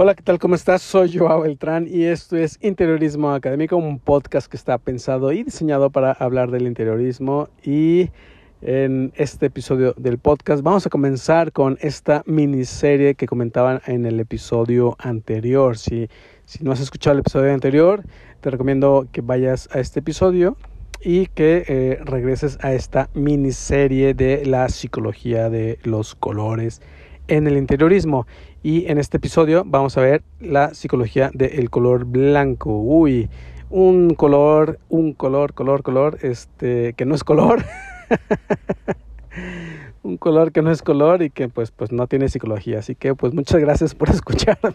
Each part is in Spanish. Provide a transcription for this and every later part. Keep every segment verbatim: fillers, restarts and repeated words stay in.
Hola, ¿qué tal? ¿Cómo estás? Soy Joao Beltrán y esto es Interiorismo Académico, un podcast que está pensado y diseñado para hablar del interiorismo. Y en este episodio del podcast vamos a comenzar con esta miniserie que comentaban en el episodio anterior. Si, si no has escuchado el episodio anterior, te recomiendo que vayas a este episodio y que eh, regreses a esta miniserie de la psicología de los colores en el interiorismo. Y en este episodio vamos a ver la psicología del color blanco. Uy, un color, un color, color, color, este, que no es color. un color que no es color y que pues, pues no tiene psicología. Así que pues muchas gracias por escucharme.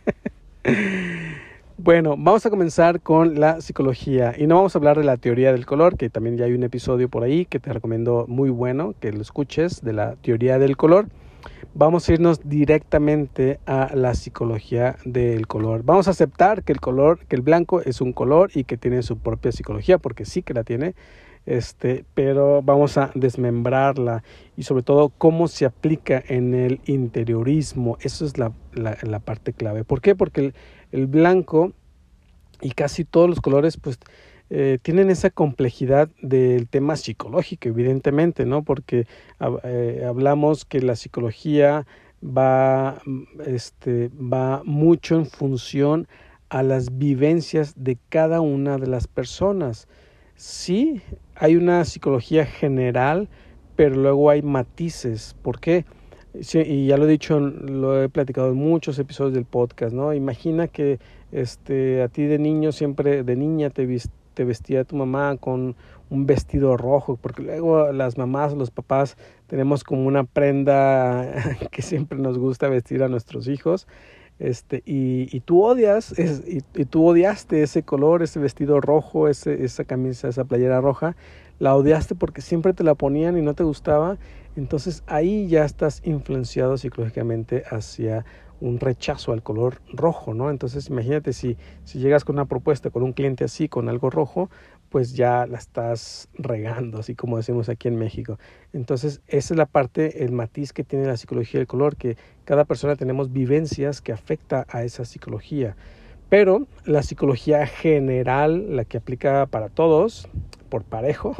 Bueno, vamos a comenzar con la psicología y no vamos a hablar de la teoría del color, que también ya hay un episodio por ahí que te recomiendo muy bueno que lo escuches, de la teoría del color. Vamos a irnos directamente a la psicología del color. Vamos a aceptar que el color, que el blanco es un color y que tiene su propia psicología, porque sí que la tiene, este, pero vamos a desmembrarla y sobre todo cómo se aplica en el interiorismo. Eso es la, la, la parte clave. ¿Por qué? Porque el, el blanco y casi todos los colores, pues, Eh, tienen esa complejidad del tema psicológico, evidentemente, ¿no? Porque eh, hablamos que la psicología va, este, va mucho en función a las vivencias de cada una de las personas. Sí, hay una psicología general, pero luego hay matices. ¿Por qué? Sí, y ya lo he dicho, lo he platicado en muchos episodios del podcast, ¿no? Imagina que este, a ti de niño, siempre de niña te viste te vestía tu mamá con un vestido rojo, porque luego las mamás o los papás tenemos como una prenda que siempre nos gusta vestir a nuestros hijos, este, y, y tú odias, es, y, y tú odiaste ese color, ese vestido rojo, ese, esa camisa, esa playera roja, la odiaste porque siempre te la ponían y no te gustaba. Entonces ahí ya estás influenciado psicológicamente hacia un rechazo al color rojo, ¿no? Entonces imagínate si, si llegas con una propuesta, con un cliente así, con algo rojo, pues ya la estás regando, así como decimos aquí en México. Entonces esa es la parte, el matiz que tiene la psicología del color, que cada persona tenemos vivencias que afecta a esa psicología. Pero la psicología general, la que aplica para todos, por parejo,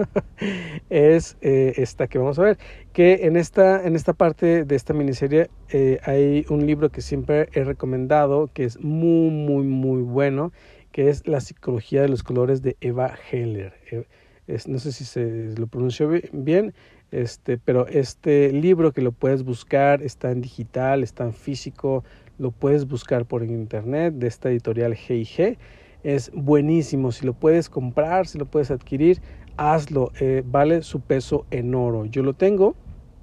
es eh, esta que vamos a ver, que en esta, en esta parte de esta miniserie eh, hay un libro que siempre he recomendado, que es muy, muy, muy bueno, que es La psicología de los colores de Eva Heller. Eh, es, no sé si se lo pronunció bien, este, pero este libro que lo puedes buscar, está en digital, está en físico, lo puedes buscar por internet, de esta editorial G y G. Es buenísimo, si lo puedes comprar, si lo puedes adquirir, hazlo, eh, vale su peso en oro. Yo lo tengo,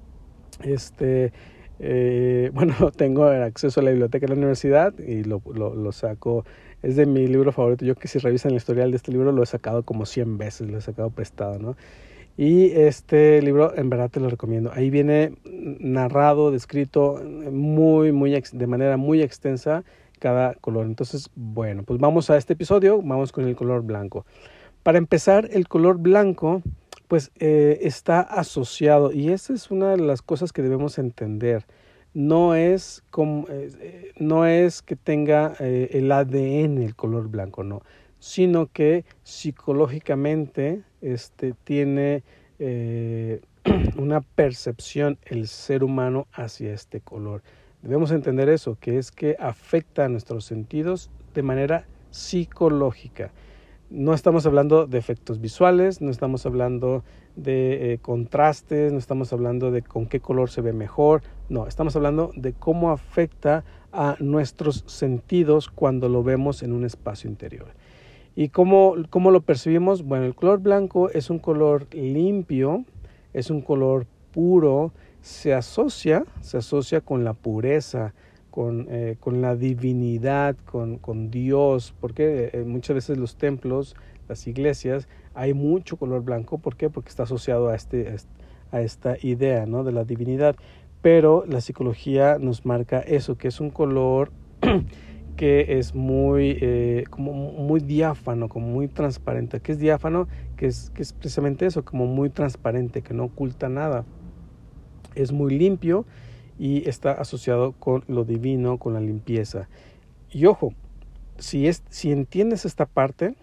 este, eh, bueno, lo tengo en acceso a la biblioteca de la universidad y lo, lo, lo saco, es de mi libro favorito. Yo que si revisan el historial de este libro lo he sacado como cien veces, lo he sacado prestado, ¿no? Y este libro en verdad te lo recomiendo. Ahí viene narrado, descrito muy, muy, de manera muy extensa cada color. Entonces, bueno, pues vamos a este episodio, vamos con el color blanco. Para empezar, el color blanco, pues eh, está asociado, y esa es una de las cosas que debemos entender. No es, como, eh, no es que tenga eh, el A D N el color blanco, no, sino que psicológicamente este, tiene eh, una percepción el ser humano hacia este color. Debemos entender eso, que es que afecta a nuestros sentidos de manera psicológica. No estamos hablando de efectos visuales, no estamos hablando de eh, contrastes, no estamos hablando de con qué color se ve mejor, no, estamos hablando de cómo afecta a nuestros sentidos cuando lo vemos en un espacio interior. ¿Y cómo, cómo lo percibimos? Bueno, el color blanco es un color limpio, es un color puro, se asocia, se asocia con la pureza, Con, eh, con la divinidad, con, con Dios, porque eh, muchas veces los templos, las iglesias, hay mucho color blanco. ¿Por qué? Porque está asociado a, este, a esta idea, ¿no?, de la divinidad. Pero la psicología nos marca eso, que es un color que es muy, eh, como muy diáfano, como muy transparente. ¿Qué es diáfano? Que es, que es precisamente eso, como muy transparente, que no oculta nada. Es muy limpio y está asociado con lo divino, con la limpieza. Y ojo, si, es, si entiendes esta parte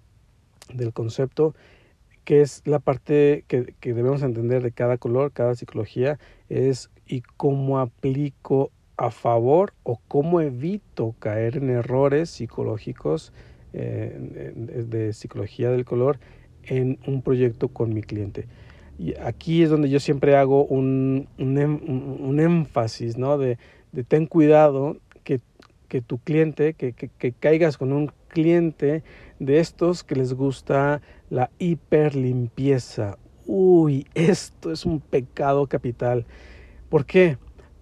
del concepto, que es la parte que, que debemos entender de cada color, cada psicología, es y cómo aplico a favor o cómo evito caer en errores psicológicos eh, de, de psicología del color en un proyecto con mi cliente. Y aquí es donde yo siempre hago un, un, un, un énfasis, ¿no? De, de ten cuidado que, que tu cliente, que, que, que caigas con un cliente de estos que les gusta la hiperlimpieza. Uy, esto es un pecado capital. ¿Por qué?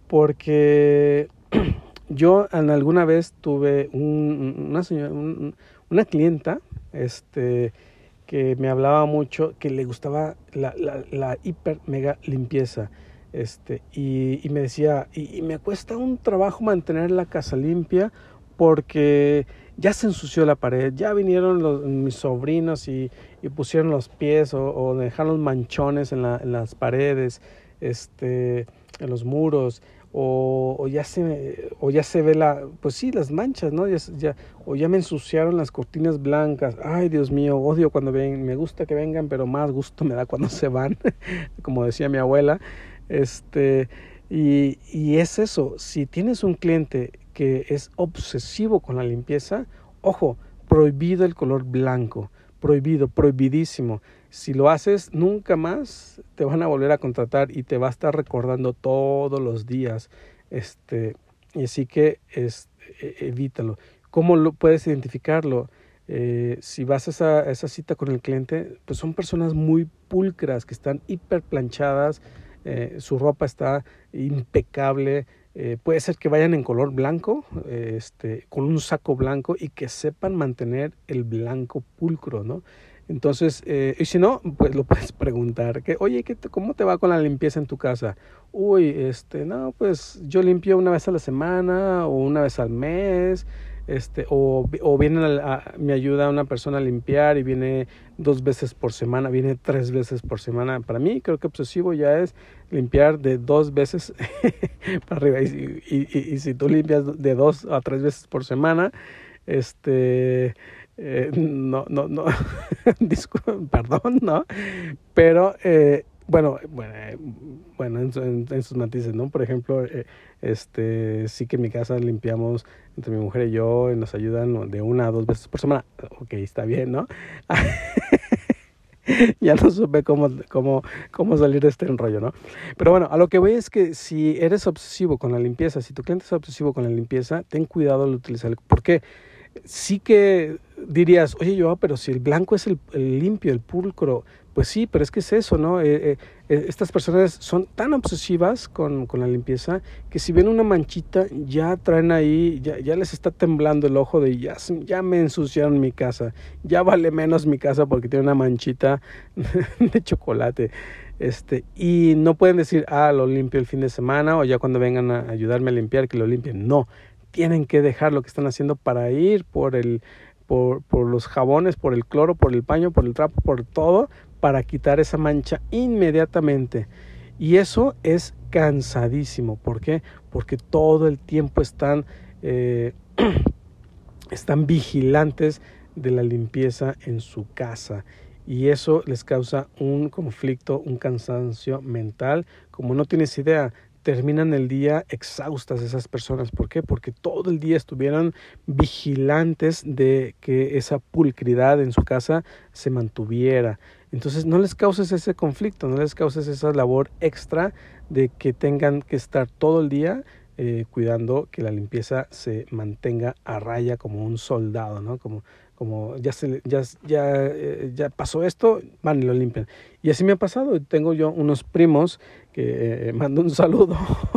Porque yo en alguna vez tuve un, una, señora, un, una clienta este, que me hablaba mucho, que le gustaba la, la, la hiper mega limpieza. Este, y, y me decía, y, y me cuesta un trabajo mantener la casa limpia porque ya se ensució la pared, ya vinieron los, mis sobrinos y, y pusieron los pies o, o dejaron manchones en, la, en las paredes, este, en los muros, o, o, ya se, o ya se ve la, pues sí, las manchas, ¿no? Ya, ya, o ya me ensuciaron las cortinas blancas. Ay, Dios mío, odio cuando ven, me gusta que vengan, pero más gusto me da cuando se van, como decía mi abuela. Este, y, y es eso, si tienes un cliente que es obsesivo con la limpieza, ojo, prohibido el color blanco, prohibido, prohibidísimo. Si lo haces, nunca más te van a volver a contratar y te va a estar recordando todos los días. Este, y así que es, evítalo. ¿Cómo lo puedes identificarlo? Eh, si vas a esa, a esa cita con el cliente, pues son personas muy pulcras, que están hiper planchadas, eh, su ropa está impecable. Eh, puede ser que vayan en color blanco, eh, este, con un saco blanco y que sepan mantener el blanco pulcro, ¿no? Entonces, eh, y si no, pues lo puedes preguntar, que, oye, ¿qué te, ¿cómo te va con la limpieza en tu casa? Uy, este, no, pues yo limpio una vez a la semana o una vez al mes, este, o, o viene a, a, me ayuda una persona a limpiar y viene dos veces por semana, viene tres veces por semana. Para mí, creo que obsesivo ya es limpiar de dos veces para arriba. Y, y, y, y si tú limpias de dos a tres veces por semana, este... Eh, no, no, no, Disculpe, perdón, ¿no? Pero, eh, bueno, bueno, eh, bueno en, en, en sus matices, ¿no? Por ejemplo, eh, este, sí que en mi casa limpiamos entre mi mujer y yo, y nos ayudan de una a dos veces por semana. Ok, está bien, ¿no? Ya no supe cómo, cómo, cómo salir de este enrollo, ¿no? Pero bueno, a lo que voy es que si eres obsesivo con la limpieza, si tu cliente es obsesivo con la limpieza, ten cuidado al utilizarlo. ¿Por qué? Sí que dirías, oye, yo, pero si el blanco es el, el limpio, el pulcro, pues sí, pero es que es eso, ¿no? Eh, eh, estas personas son tan obsesivas con, con la limpieza que si ven una manchita ya traen ahí, ya, ya les está temblando el ojo de ya, ya me ensuciaron mi casa, ya vale menos mi casa porque tiene una manchita de chocolate. Este, y no pueden decir, ah, lo limpio el fin de semana o ya cuando vengan a ayudarme a limpiar que lo limpien. No, tienen que dejar lo que están haciendo para ir por el por, por los jabones, por el cloro, por el paño, por el trapo, por todo, para quitar esa mancha inmediatamente. Y eso es cansadísimo. ¿Por qué? Porque todo el tiempo están, eh, están vigilantes de la limpieza en su casa. Y eso les causa un conflicto, un cansancio mental, como no tienes idea. Terminan el día exhaustas esas personas. ¿Por qué? Porque todo el día estuvieron vigilantes de que esa pulcridad en su casa se mantuviera. Entonces no les causes ese conflicto, no les causes esa labor extra de que tengan que estar todo el día eh, cuidando que la limpieza se mantenga a raya como un soldado, ¿no? Como como ya se ya ya eh, ya pasó esto, van y lo limpian. Y así me ha pasado. Tengo yo unos primos que eh, mando un saludo,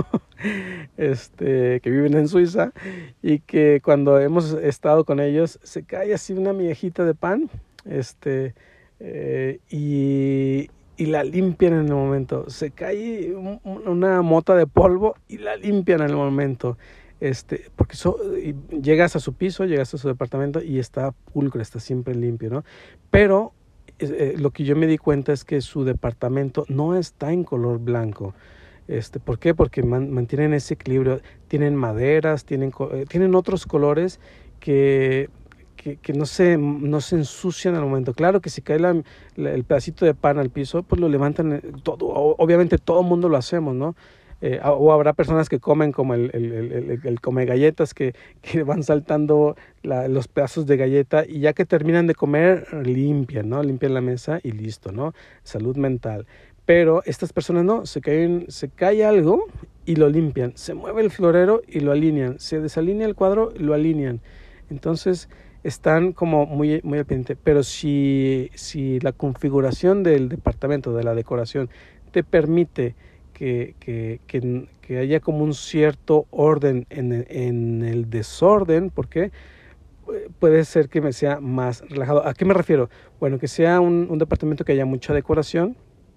este, que viven en Suiza y que cuando hemos estado con ellos se cae así una miejita de pan, este, eh, y y la limpian en el momento. Se cae un, una mota de polvo y la limpian en el momento. Este, porque so, llegas a su piso, llegas a su departamento y está pulcro, está siempre limpio, ¿no? Pero eh, lo que yo me di cuenta es que su departamento no está en color blanco. Este, ¿por qué? Porque man, mantienen ese equilibrio, tienen maderas, tienen, eh, tienen otros colores que, que, que no, se, no se ensucian al momento. Claro que si cae la, la, el pedacito de pan al piso, pues lo levantan, todo, obviamente todo el mundo lo hacemos, ¿no? Eh, o habrá personas que comen como el, el, el, el, el come galletas, que, que van saltando la, los pedazos de galleta y ya que terminan de comer, limpian, ¿no? Limpian la mesa y listo, ¿no? Salud mental. Pero estas personas no, se cae, se cae algo y lo limpian. Se mueve el florero y lo alinean. Se desalinea el cuadro y lo alinean. Entonces están como muy, muy al pendiente. Pero si, si la configuración del departamento, de la decoración, te permite Que, que, que, que haya como un cierto orden en, en el desorden, porque puede ser que me sea más relajado. ¿A qué me refiero? Bueno, que sea un, un departamento que haya mucha decoración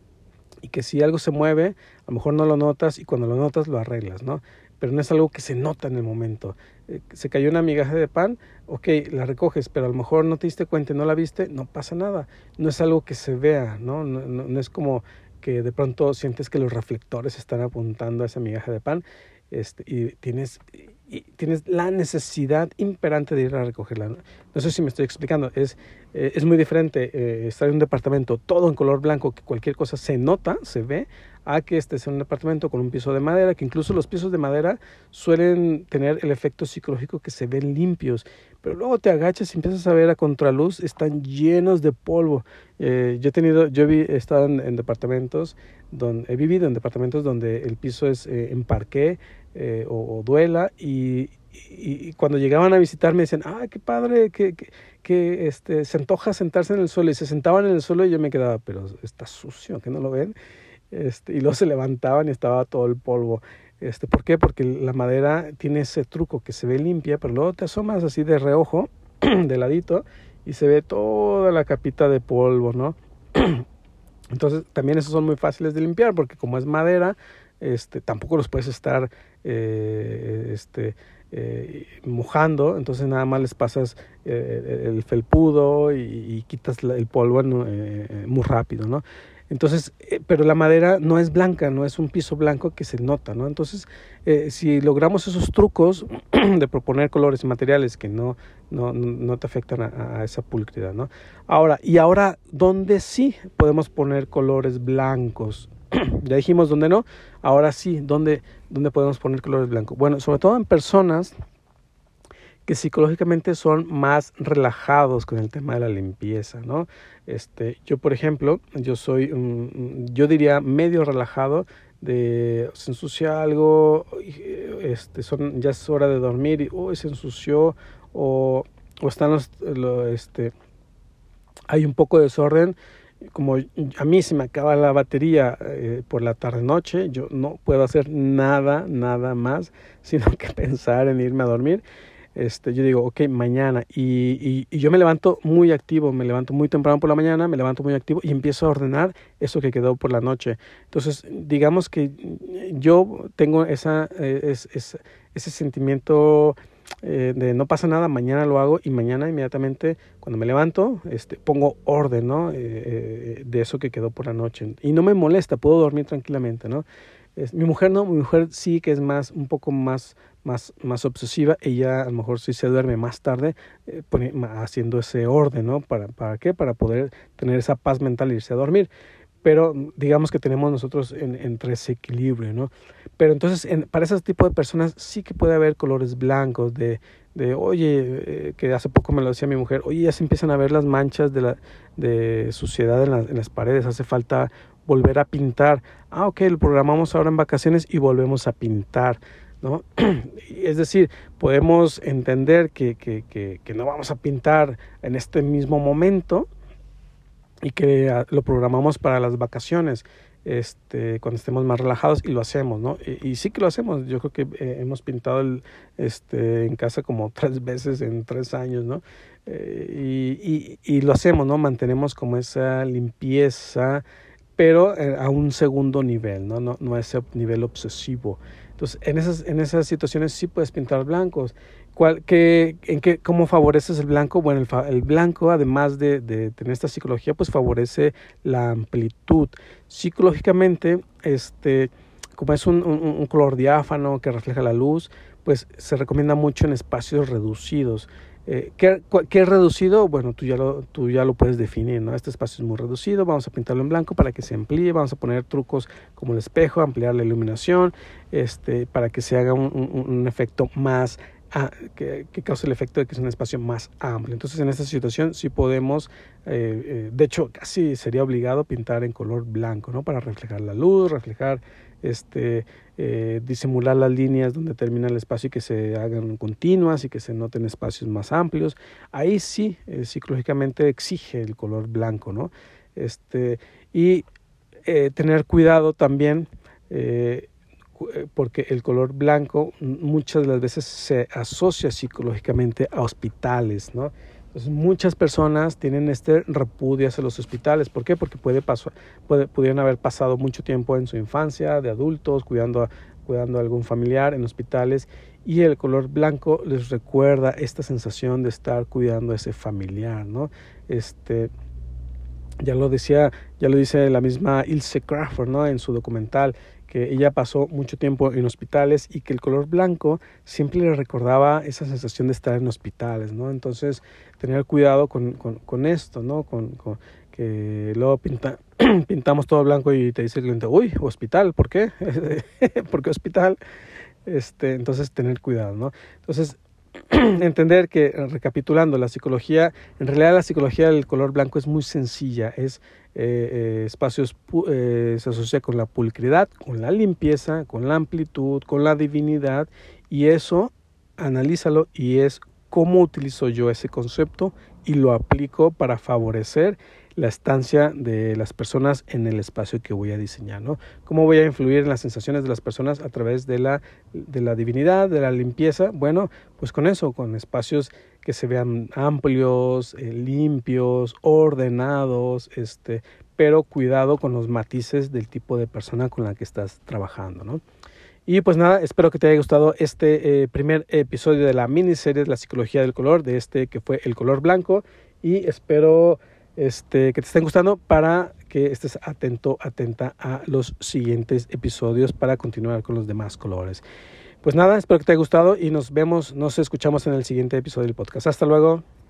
y que si algo se mueve, a lo mejor no lo notas y cuando lo notas lo arreglas, ¿no? Pero no es algo que se nota en el momento. Eh, se cayó una migaja de pan, ok, la recoges, pero a lo mejor no te diste cuenta y no la viste, no pasa nada. No es algo que se vea, ¿no? No, no, no es como que de pronto sientes que los reflectores están apuntando a esa migaja de pan, este, y tienes, y tienes la necesidad imperante de ir a recogerla. No, no sé si me estoy explicando, es, eh, es muy diferente eh, estar en un departamento todo en color blanco, que cualquier cosa se nota, se ve, a que estés en un departamento con un piso de madera, que incluso los pisos de madera suelen tener el efecto psicológico que se ven limpios, pero luego te agachas y empiezas a ver a contraluz, están llenos de polvo. Eh, yo he tenido, yo he estado en, en departamentos, donde, he vivido en departamentos donde el piso es eh, en parqué eh, o, o duela, y, y, y cuando llegaban a visitarme decían, ah, qué padre, que, que, que este, se antoja sentarse en el suelo, y se sentaban en el suelo y yo me quedaba, pero está sucio, ¿que no lo ven? Este, y luego se levantaban y estaba todo el polvo. Este, ¿por qué? Porque la madera tiene ese truco que se ve limpia, pero luego te asomas así de reojo, de ladito, y se ve toda la capita de polvo, ¿no? Entonces también esos son muy fáciles de limpiar, porque como es madera, este, tampoco los puedes estar eh, este, eh, mojando, entonces nada más les pasas eh, el felpudo y, y quitas el polvo eh, muy rápido, ¿no? Entonces, eh, pero la madera no es blanca, no es un piso blanco que se nota, ¿no? Entonces, eh, si logramos esos trucos de proponer colores y materiales que no, no, no te afectan a, a esa pulcridad, ¿no? Ahora, y ahora, ¿dónde sí podemos poner colores blancos? Ya dijimos dónde no, ahora sí, ¿dónde, dónde podemos poner colores blancos? Bueno, sobre todo en personas que psicológicamente son más relajados con el tema de la limpieza, ¿no? Este, yo, por ejemplo, yo soy, um, yo diría medio relajado, de se ensucia algo, este, son, ya es hora de dormir y uy, se ensució, o, o están los, lo, este, hay un poco de desorden. Como a mí se me acaba la batería eh, por la tarde-noche, yo no puedo hacer nada, nada más, sino que pensar en irme a dormir. Este, yo digo, ok, mañana, y, y, y yo me levanto muy activo, me levanto muy temprano por la mañana, me levanto muy activo y empiezo a ordenar eso que quedó por la noche. Entonces, digamos que yo tengo esa, eh, es, es, ese sentimiento eh, de no pasa nada, mañana lo hago, y mañana inmediatamente cuando me levanto, este, pongo orden, ¿no? Eh, eh, de eso que quedó por la noche. Y no me molesta, puedo dormir tranquilamente, ¿no? Es, mi mujer no, mi mujer sí que es más, un poco más, más, más obsesiva. Ella a lo mejor sí se duerme más tarde eh, pone, haciendo ese orden, ¿no? ¿Para, ¿Para qué? Para poder tener esa paz mental e irse a dormir. Pero digamos que tenemos nosotros en, entre ese equilibrio, ¿no? Pero entonces en, para ese tipo de personas sí que puede haber colores blancos de, de oye, eh, que hace poco me lo decía mi mujer, oye, ya se empiezan a ver las manchas de, la, de suciedad en, la, en las paredes, hace falta volver a pintar. Ah, ok, lo programamos ahora en vacaciones y volvemos a pintar, ¿no? Es decir, podemos entender que, que, que, que no vamos a pintar en este mismo momento y que lo programamos para las vacaciones, este, cuando estemos más relajados, y lo hacemos, ¿no? Y, y sí que lo hacemos. Yo creo que eh, hemos pintado el, este, en casa como tres veces en tres años, ¿no? Eh, y, y, y lo hacemos, ¿no? Mantenemos como esa limpieza, pero a un segundo nivel, ¿no? No, no a ese nivel obsesivo. Entonces, en esas, en esas situaciones sí puedes pintar blancos. ¿Cuál, qué, en qué, ¿Cómo favoreces el blanco? Bueno, el, el blanco, además de, de tener esta psicología, pues favorece la amplitud. Psicológicamente, este, como es un, un, un color diáfano que refleja la luz, pues se recomienda mucho en espacios reducidos. Eh, ¿qué, ¿Qué es reducido? Bueno, tú ya, lo, tú ya lo puedes definir, ¿no? Este espacio es muy reducido, vamos a pintarlo en blanco para que se amplíe, vamos a poner trucos como el espejo, ampliar la iluminación, este, para que se haga un, un, un efecto más, ah, que, que cause el efecto de que es un espacio más amplio. Entonces, en esta situación sí podemos, eh, eh, de hecho, casi sería obligado pintar en color blanco, ¿no? Para reflejar la luz, reflejar este eh, disimular las líneas donde termina el espacio y que se hagan continuas y que se noten espacios más amplios. Ahí sí, eh, psicológicamente exige el color blanco, ¿no? Este, y eh, tener cuidado también, eh, porque el color blanco muchas de las veces se asocia psicológicamente a hospitales, ¿no? Entonces, muchas personas tienen este repudio hacia los hospitales. ¿Por qué? Porque puede pasar, puede, pudieron haber pasado mucho tiempo en su infancia, de adultos, cuidando a, cuidando a algún familiar en hospitales, y el color blanco les recuerda esta sensación de estar cuidando a ese familiar, ¿no? Este, ya lo decía, ya lo dice la misma Ilse Crawford, ¿no? En su documental, que ella pasó mucho tiempo en hospitales y que el color blanco siempre le recordaba esa sensación de estar en hospitales, ¿no? Entonces, tener cuidado con, con, con esto, ¿no? Con, con que luego pinta, pintamos todo blanco y te dice el cliente, uy, hospital, ¿por qué? ¿Por qué hospital? Este, entonces, tener cuidado, ¿no? Entonces, entender que, recapitulando, la psicología, en realidad la psicología del color blanco es muy sencilla, es eh, eh, espacios, eh, se asocia con la pulcridad, con la limpieza, con la amplitud, con la divinidad, y eso, analízalo y es cómo utilizo yo ese concepto y lo aplico para favorecer la estancia de las personas en el espacio que voy a diseñar, ¿no? ¿Cómo voy a influir en las sensaciones de las personas a través de la, de la divinidad, de la limpieza? Bueno, pues con eso, con espacios que se vean amplios, eh, limpios, ordenados, este, pero cuidado con los matices del tipo de persona con la que estás trabajando, ¿no? Y pues nada, espero que te haya gustado este eh, primer episodio de la miniserie de la psicología del color, de este que fue el color blanco, y espero este, que te estén gustando para que estés atento, atenta a los siguientes episodios para continuar con los demás colores. Pues nada, espero que te haya gustado y nos vemos, nos escuchamos en el siguiente episodio del podcast. Hasta luego.